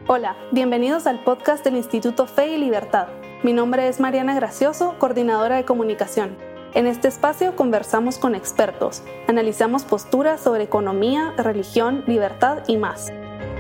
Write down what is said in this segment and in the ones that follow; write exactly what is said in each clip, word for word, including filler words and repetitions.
Hola, bienvenidos al podcast del Instituto Fe y Libertad. Mi nombre es Mariana Gracioso, coordinadora de comunicación. En este espacio conversamos con expertos, analizamos posturas sobre economía, religión, libertad y más.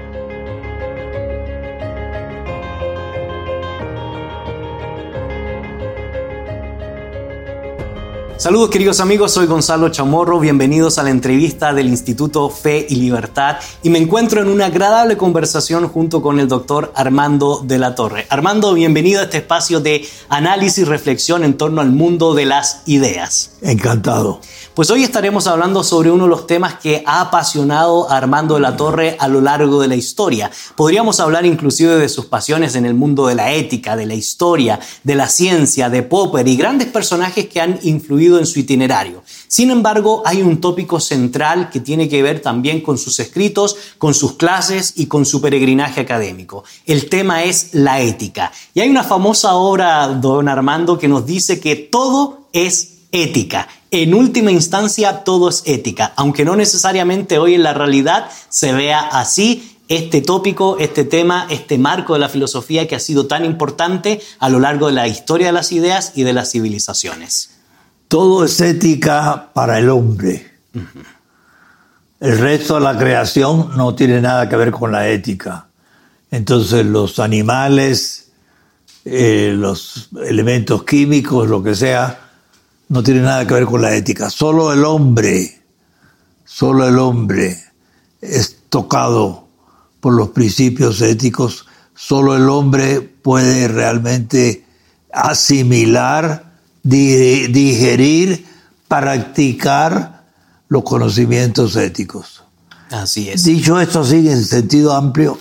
Saludos queridos amigos, soy Gonzalo Chamorro, bienvenidos a la entrevista del Instituto Fe y Libertad y me encuentro en una agradable conversación junto con el doctor Armando de la Torre. Armando, bienvenido a este espacio de análisis y reflexión en torno al mundo de las ideas. Encantado. Pues hoy estaremos hablando sobre uno de los temas que ha apasionado a Armando de la Torre a lo largo de la historia. Podríamos hablar inclusive de sus pasiones en el mundo de la ética, de la historia, de la ciencia, de Popper y grandes personajes que han influido en su itinerario. Sin embargo, hay un tópico central que tiene que ver también con sus escritos, con sus clases y con su peregrinaje académico. El tema es la ética. Y hay una famosa obra, don Armando, que nos dice que todo es ética. En última instancia, todo es ética, aunque no necesariamente hoy en la realidad se vea así. Este tópico, este tema, este marco de la filosofía que ha sido tan importante a lo largo de la historia de las ideas y de las civilizaciones. Todo es ética para el hombre. Uh-huh. El resto de la creación no tiene nada que ver con la ética. Entonces los animales, eh, los elementos químicos, lo que sea, no tiene nada que ver con la ética. Solo el hombre, solo el hombre es tocado por los principios éticos. Solo el hombre puede realmente asimilar, digerir, practicar los conocimientos éticos. Así es. Dicho esto así en sentido amplio.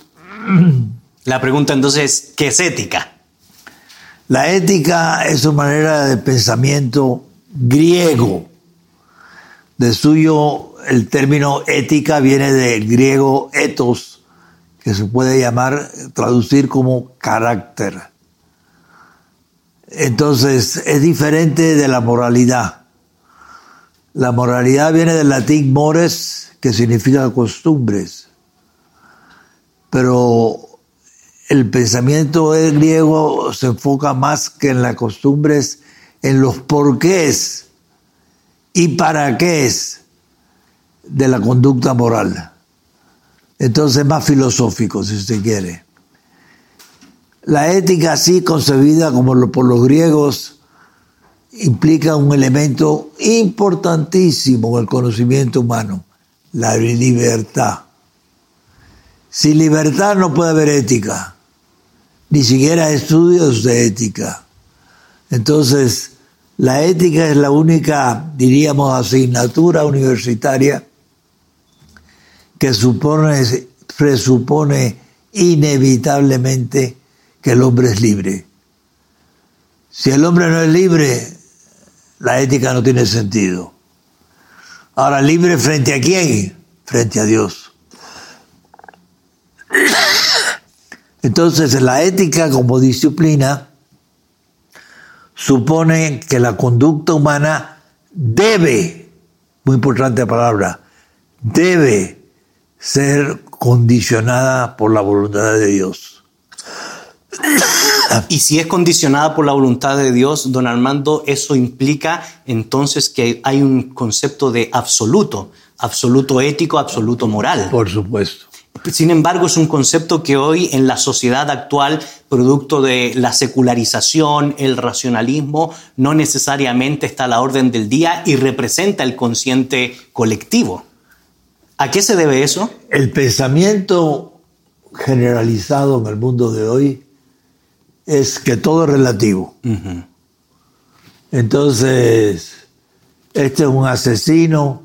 La pregunta entonces, ¿qué es ética? La ética es una manera de pensamiento griego. De suyo, el término ética viene del griego ethos, que se puede llamar, traducir como carácter. Entonces, es diferente de la moralidad. La moralidad viene del latín mores, que significa costumbres. Pero el pensamiento griego se enfoca más que en las costumbres, en los porqués y para qué de la conducta moral. Entonces, más filosófico, si usted quiere. La ética, así concebida como por los griegos, implica un elemento importantísimo en el conocimiento humano, la libertad. Sin libertad no puede haber ética, ni siquiera estudios de ética. Entonces, la ética es la única, diríamos, asignatura universitaria que supone, presupone inevitablemente que el hombre es libre. Si el hombre no es libre, la ética no tiene sentido. Ahora, ¿libre frente a quién? Frente a Dios. Entonces, la ética como disciplina supone que la conducta humana debe, muy importante palabra, debe ser condicionada por la voluntad de Dios. Y si es condicionada por la voluntad de Dios, don Armando, eso implica entonces que hay un concepto de absoluto, absoluto ético, absoluto moral. Por supuesto. Sin embargo, es un concepto que hoy en la sociedad actual, producto de la secularización, el racionalismo, no necesariamente está a la orden del día y representa el consciente colectivo. ¿A qué se debe eso? El pensamiento generalizado en el mundo de hoy es que todo es relativo. Uh-huh. Entonces, este es un asesino,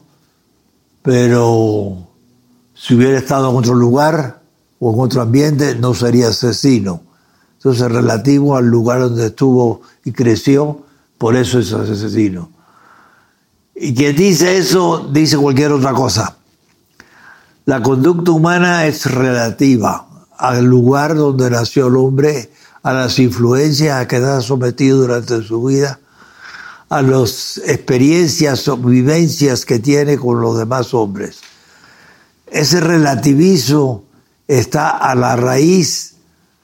pero si hubiera estado en otro lugar o en otro ambiente, no sería asesino. Entonces, relativo al lugar donde estuvo y creció, por eso es asesino. Y quien dice eso, dice cualquier otra cosa. La conducta humana es relativa al lugar donde nació el hombre, a las influencias a que está sometido durante su vida, a las experiencias o vivencias que tiene con los demás hombres. Ese relativismo está a la raíz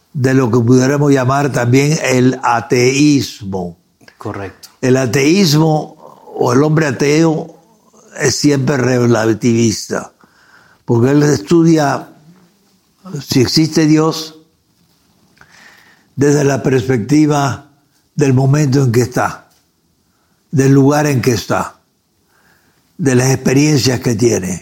de lo que pudiéramos llamar también el ateísmo. Correcto. El ateísmo o el hombre ateo es siempre relativista, porque él estudia si existe Dios desde la perspectiva del momento en que está, del lugar en que está, de las experiencias que tiene.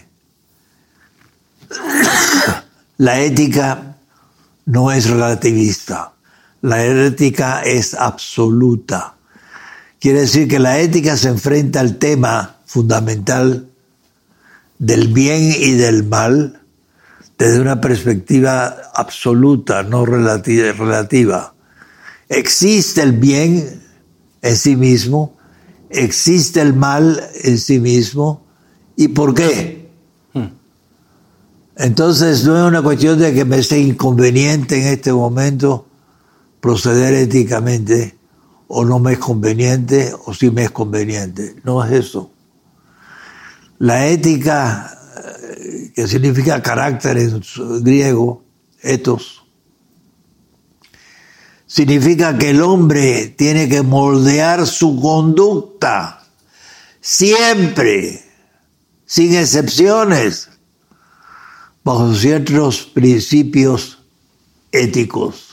La ética no es relativista, la ética es absoluta. Quiere decir que la ética se enfrenta al tema fundamental del bien y del mal desde una perspectiva absoluta, no relativa. Existe el bien en sí mismo, existe el mal en sí mismo. ¿Y por qué? Hmm. Entonces no es una cuestión de que me sea inconveniente en este momento proceder éticamente, o no me es conveniente, o sí me es conveniente. No es eso. La ética, que significa carácter en griego, ethos, significa que el hombre tiene que moldear su conducta siempre, sin excepciones, bajo ciertos principios éticos.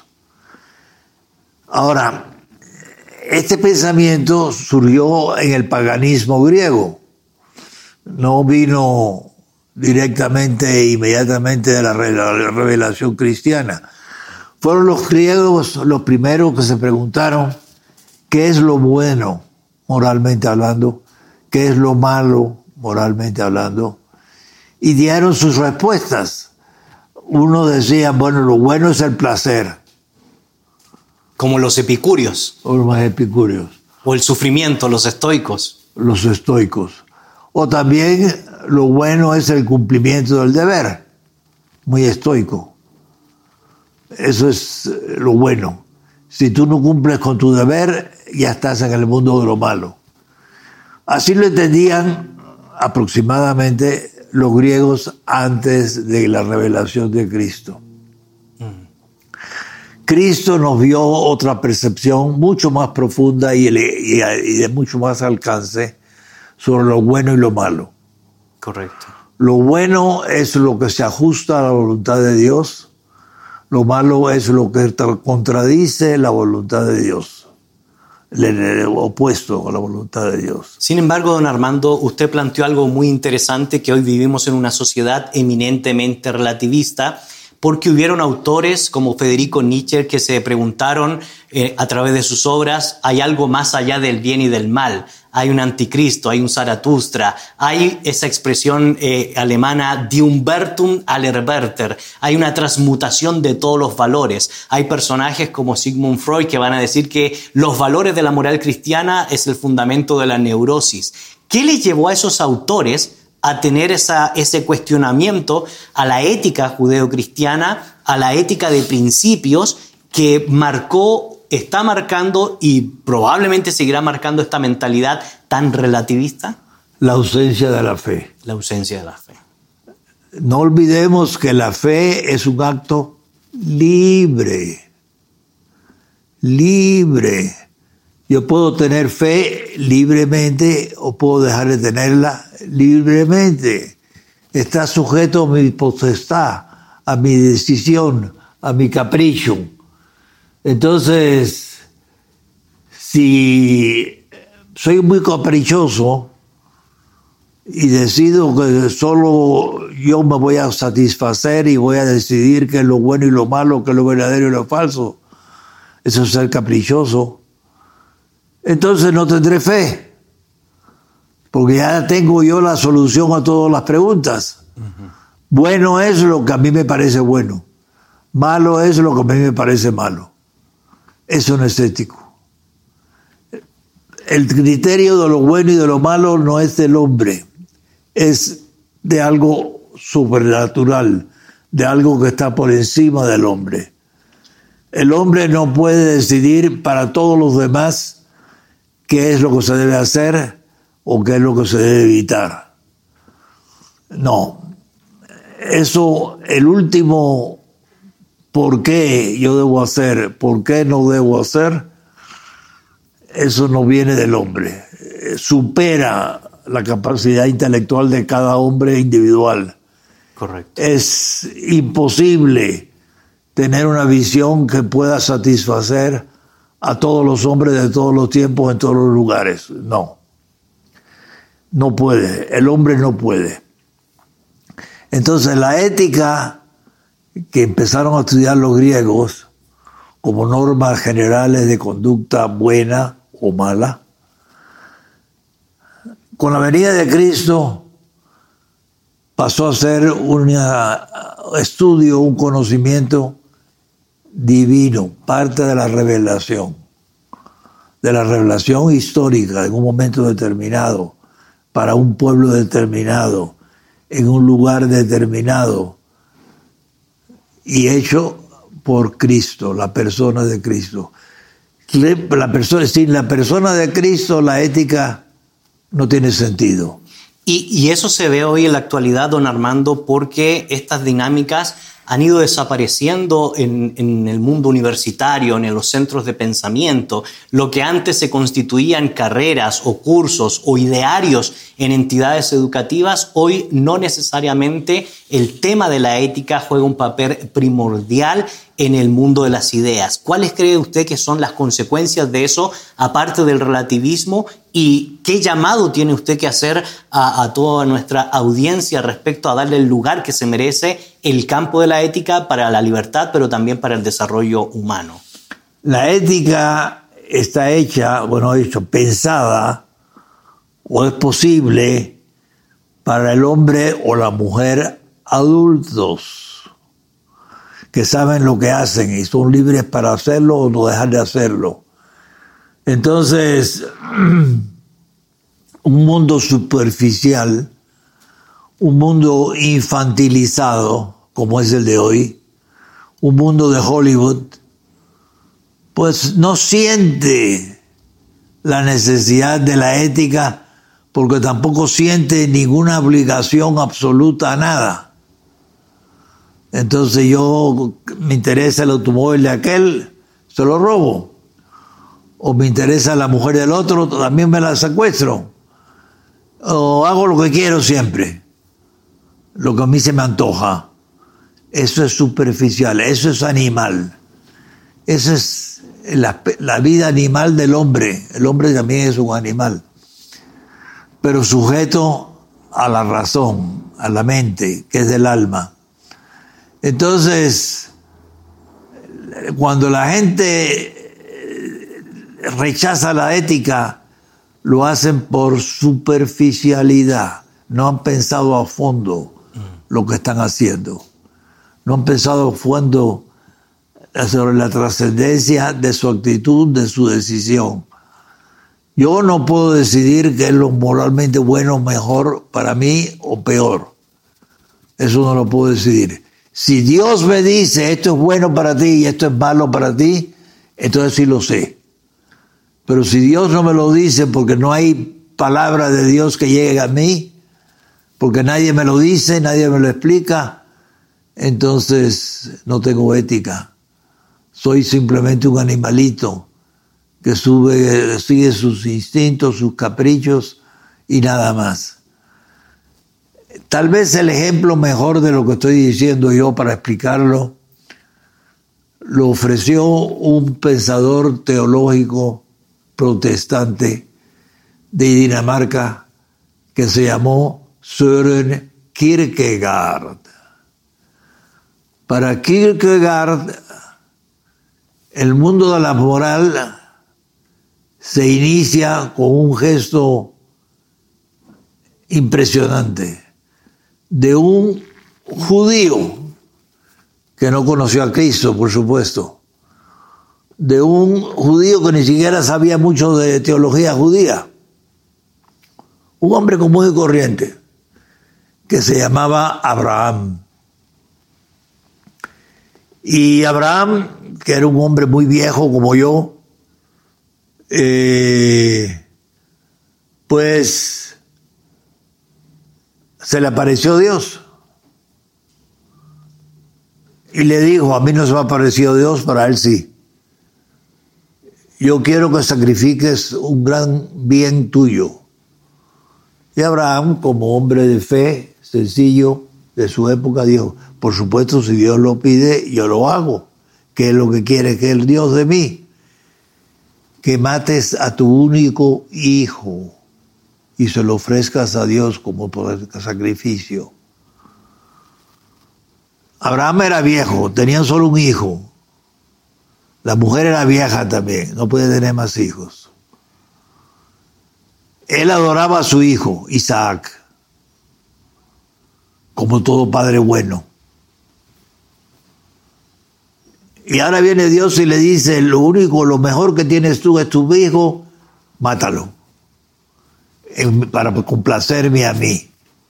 Ahora, este pensamiento surgió en el paganismo griego. No vino directamente e inmediatamente de la revelación cristiana. Fueron los griegos los primeros que se preguntaron qué es lo bueno moralmente hablando, qué es lo malo moralmente hablando, y dieron sus respuestas. Uno decía, bueno, lo bueno es el placer. Como los epicúreos. O los más epicúreos. O el sufrimiento, los estoicos. Los estoicos. O también lo bueno es el cumplimiento del deber. Muy estoico. Eso es lo bueno. Si tú no cumples con tu deber, ya estás en el mundo de lo malo. Así lo entendían aproximadamente los griegos antes de la revelación de Cristo. Cristo nos dio otra percepción mucho más profunda y de mucho más alcance sobre lo bueno y lo malo. Correcto. Lo bueno es lo que se ajusta a la voluntad de Dios. Lo malo es lo que contradice la voluntad de Dios, el opuesto a la voluntad de Dios. Sin embargo, don Armando, usted planteó algo muy interesante, que hoy vivimos en una sociedad eminentemente relativista, porque hubieron autores como Federico Nietzsche que se preguntaron eh, a través de sus obras, ¿hay algo más allá del bien y del mal? Hay un anticristo, hay un Zaratustra, hay esa expresión eh, alemana Die Umwertung aller Werte, hay una transmutación de todos los valores. Hay personajes como Sigmund Freud que van a decir que los valores de la moral cristiana es el fundamento de la neurosis. ¿Qué les llevó a esos autores a tener esa, ese cuestionamiento a la ética judeocristiana, a la ética de principios que marcó, está marcando y probablemente seguirá marcando esta mentalidad tan relativista? La ausencia de la fe. La ausencia de la fe. No olvidemos que la fe es un acto libre. Libre. Yo puedo tener fe libremente o puedo dejar de tenerla libremente. Está sujeto a mi potestad, a mi decisión, a mi capricho. Entonces, si soy muy caprichoso y decido que solo yo me voy a satisfacer y voy a decidir qué es lo bueno y lo malo, qué es lo verdadero y lo falso, eso es ser caprichoso. Entonces no tendré fe, porque ya tengo yo la solución a todas las preguntas. Uh-huh. Bueno es lo que a mí me parece bueno, malo es lo que a mí me parece malo. Eso no es ético. El criterio de lo bueno y de lo malo no es del hombre, es de algo supernatural, de algo que está por encima del hombre. El hombre no puede decidir para todos los demás qué es lo que se debe hacer o qué es lo que se debe evitar. No. Eso, el último por qué yo debo hacer, por qué no debo hacer, eso no viene del hombre. Supera la capacidad intelectual de cada hombre individual. Correcto. Es imposible tener una visión que pueda satisfacer a todos los hombres de todos los tiempos, en todos los lugares. No. No puede. El hombre no puede. Entonces la ética que empezaron a estudiar los griegos como normas generales de conducta buena o mala, con la venida de Cristo pasó a ser un estudio, un conocimiento divino, parte de la revelación, de la revelación histórica en un momento determinado, para un pueblo determinado, en un lugar determinado, y hecho por Cristo, la persona de Cristo. La persona, sin la persona de Cristo, la ética no tiene sentido. Y, y eso se ve hoy en la actualidad, don Armando, porque estas dinámicas han ido desapareciendo en, en el mundo universitario, en los centros de pensamiento. Lo que antes se constituían carreras o cursos o idearios en entidades educativas, hoy no necesariamente el tema de la ética juega un papel primordial en el mundo de las ideas. ¿Cuáles cree usted que son las consecuencias de eso, aparte del relativismo? ¿Y qué llamado tiene usted que hacer a, a toda nuestra audiencia respecto a darle el lugar que se merece el campo de la ética para la libertad, pero también para el desarrollo humano? La ética está hecha, bueno, hecho, pensada, o es posible para el hombre o la mujer adultos, que saben lo que hacen y son libres para hacerlo o no dejar de hacerlo. Entonces, un mundo superficial, un mundo infantilizado, como es el de hoy, un mundo de Hollywood, pues no siente la necesidad de la ética, porque tampoco siente ninguna obligación absoluta a nada. Entonces yo, me interesa el automóvil de aquel, se lo robo. O me interesa la mujer del otro, también me la secuestro. O hago lo que quiero siempre. Lo que a mí se me antoja. Eso es superficial, eso es animal. Esa es la, la vida animal del hombre. El hombre también es un animal. Pero sujeto a la razón, a la mente, que es del alma. Entonces, cuando la gente rechaza la ética, lo hacen por superficialidad. No han pensado a fondo lo que están haciendo. No han pensado a fondo sobre la trascendencia de su actitud, de su decisión. Yo no puedo decidir qué es lo moralmente bueno, mejor para mí o peor. Eso no lo puedo decidir. Si Dios me dice esto es bueno para ti y esto es malo para ti, entonces sí lo sé. Pero si Dios no me lo dice porque no hay palabra de Dios que llegue a mí, porque nadie me lo dice, nadie me lo explica, entonces no tengo ética. Soy simplemente un animalito que sube, sigue sus instintos, sus caprichos y nada más. Tal vez el ejemplo mejor de lo que estoy diciendo yo para explicarlo lo ofreció un pensador teológico protestante de Dinamarca que se llamó Søren Kierkegaard. Para Kierkegaard, el mundo de la moral se inicia con un gesto impresionante de un judío que no conoció a Cristo, por supuesto, de un judío que ni siquiera sabía mucho de teología judía, un hombre común y corriente que se llamaba Abraham. Y Abraham, que era un hombre muy viejo como yo, eh, pues se le apareció Dios y le dijo, a mí no se me ha parecido Dios, para él sí. Yo quiero que sacrifiques un gran bien tuyo. Y Abraham, como hombre de fe, sencillo, de su época, dijo, por supuesto, si Dios lo pide, yo lo hago. ¿Qué es lo que quiere que el Dios de mí? Que mates a tu único hijo y se lo ofrezcas a Dios como por sacrificio. Abraham era viejo, tenía solo un hijo. La mujer era vieja también, no puede tener más hijos. Él adoraba a su hijo, Isaac, como todo padre bueno. Y ahora viene Dios y le dice, lo único, lo mejor que tienes tú es tu hijo, mátalo, para complacerme a mí.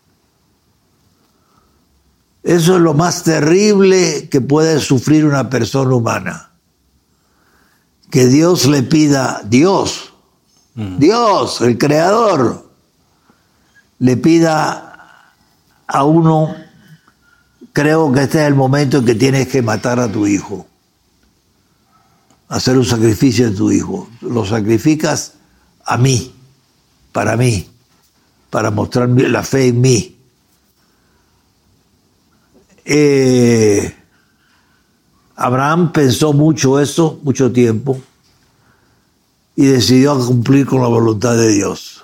Eso es lo más terrible que puede sufrir una persona humana. Que Dios le pida, Dios, mm. Dios, el Creador, le pida a uno, creo que este es el momento en que tienes que matar a tu hijo. Hacer un sacrificio de tu hijo. Lo sacrificas a mí, para mí, para mostrar la fe en mí. Eh, Abraham pensó mucho eso, mucho tiempo, y decidió cumplir con la voluntad de Dios.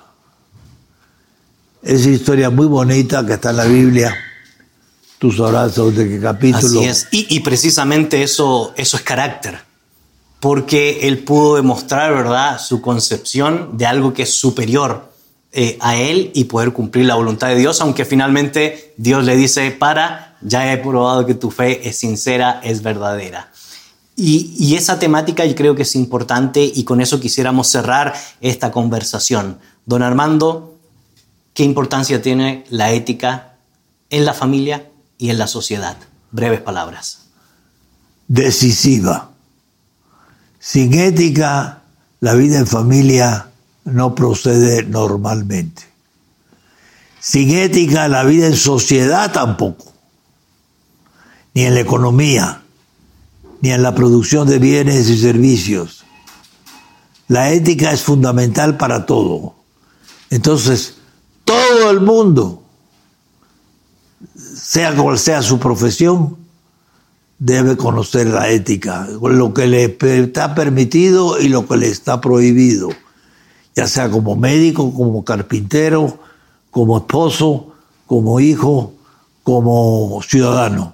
Esa historia muy bonita que está en la Biblia. Tú sabrás de qué capítulo. Así es. Y, y precisamente eso, eso es carácter. Porque él pudo demostrar, ¿verdad?, su concepción de algo que es superior eh, a él y poder cumplir la voluntad de Dios, aunque finalmente Dios le dice, para, ya he probado que tu fe es sincera, es verdadera. Y, y esa temática yo creo que es importante y con eso quisiéramos cerrar esta conversación. Don Armando, ¿qué importancia tiene la ética en la familia y en la sociedad? Breves palabras. Decisiva. Sin ética, la vida en familia no procede normalmente. Sin ética, la vida en sociedad tampoco. Ni en la economía, ni en la producción de bienes y servicios. La ética es fundamental para todo. Entonces, todo el mundo, sea cual sea su profesión, debe conocer la ética, lo que le está permitido y lo que le está prohibido, ya sea como médico, como carpintero, como esposo, como hijo, como ciudadano.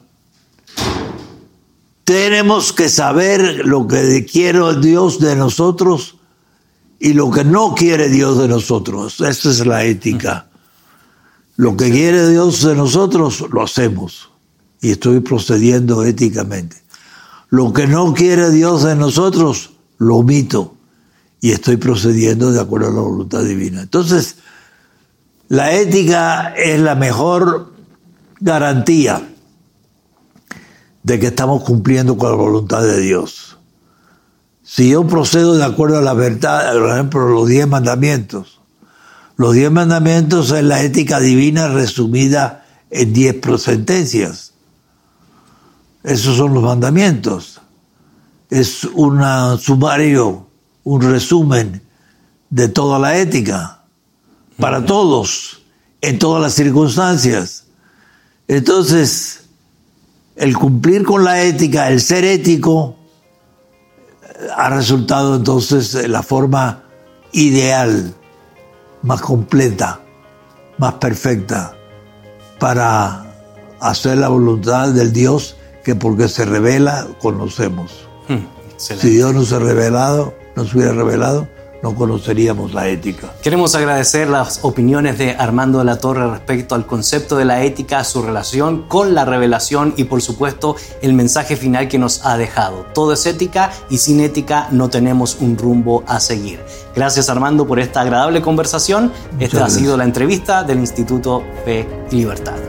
Tenemos que saber lo que quiere Dios de nosotros y lo que no quiere Dios de nosotros. Esa es la ética. Lo que quiere Dios de nosotros, lo hacemos. Y estoy procediendo éticamente. Lo que no quiere Dios de nosotros, lo omito. Y estoy procediendo de acuerdo a la voluntad divina. Entonces, la ética es la mejor garantía de que estamos cumpliendo con la voluntad de Dios. Si yo procedo de acuerdo a la verdad, por ejemplo, los diez mandamientos. Los diez mandamientos es la ética divina resumida en diez sentencias. Esos son los mandamientos. Es un sumario, un resumen de toda la ética, para todos, en todas las circunstancias. Entonces, el cumplir con la ética, el ser ético, ha resultado entonces la forma ideal, más completa, más perfecta, para hacer la voluntad del Dios que porque se revela, conocemos. Hmm, si Dios no se ha revelado, no se hubiera revelado, no conoceríamos la ética. Queremos agradecer las opiniones de Armando de la Torre respecto al concepto de la ética, su relación con la revelación y, por supuesto, el mensaje final que nos ha dejado. Todo es ética y sin ética no tenemos un rumbo a seguir. Gracias, Armando, por esta agradable conversación. Muchas Esta gracias. Ha sido la entrevista del Instituto Fe y Libertad.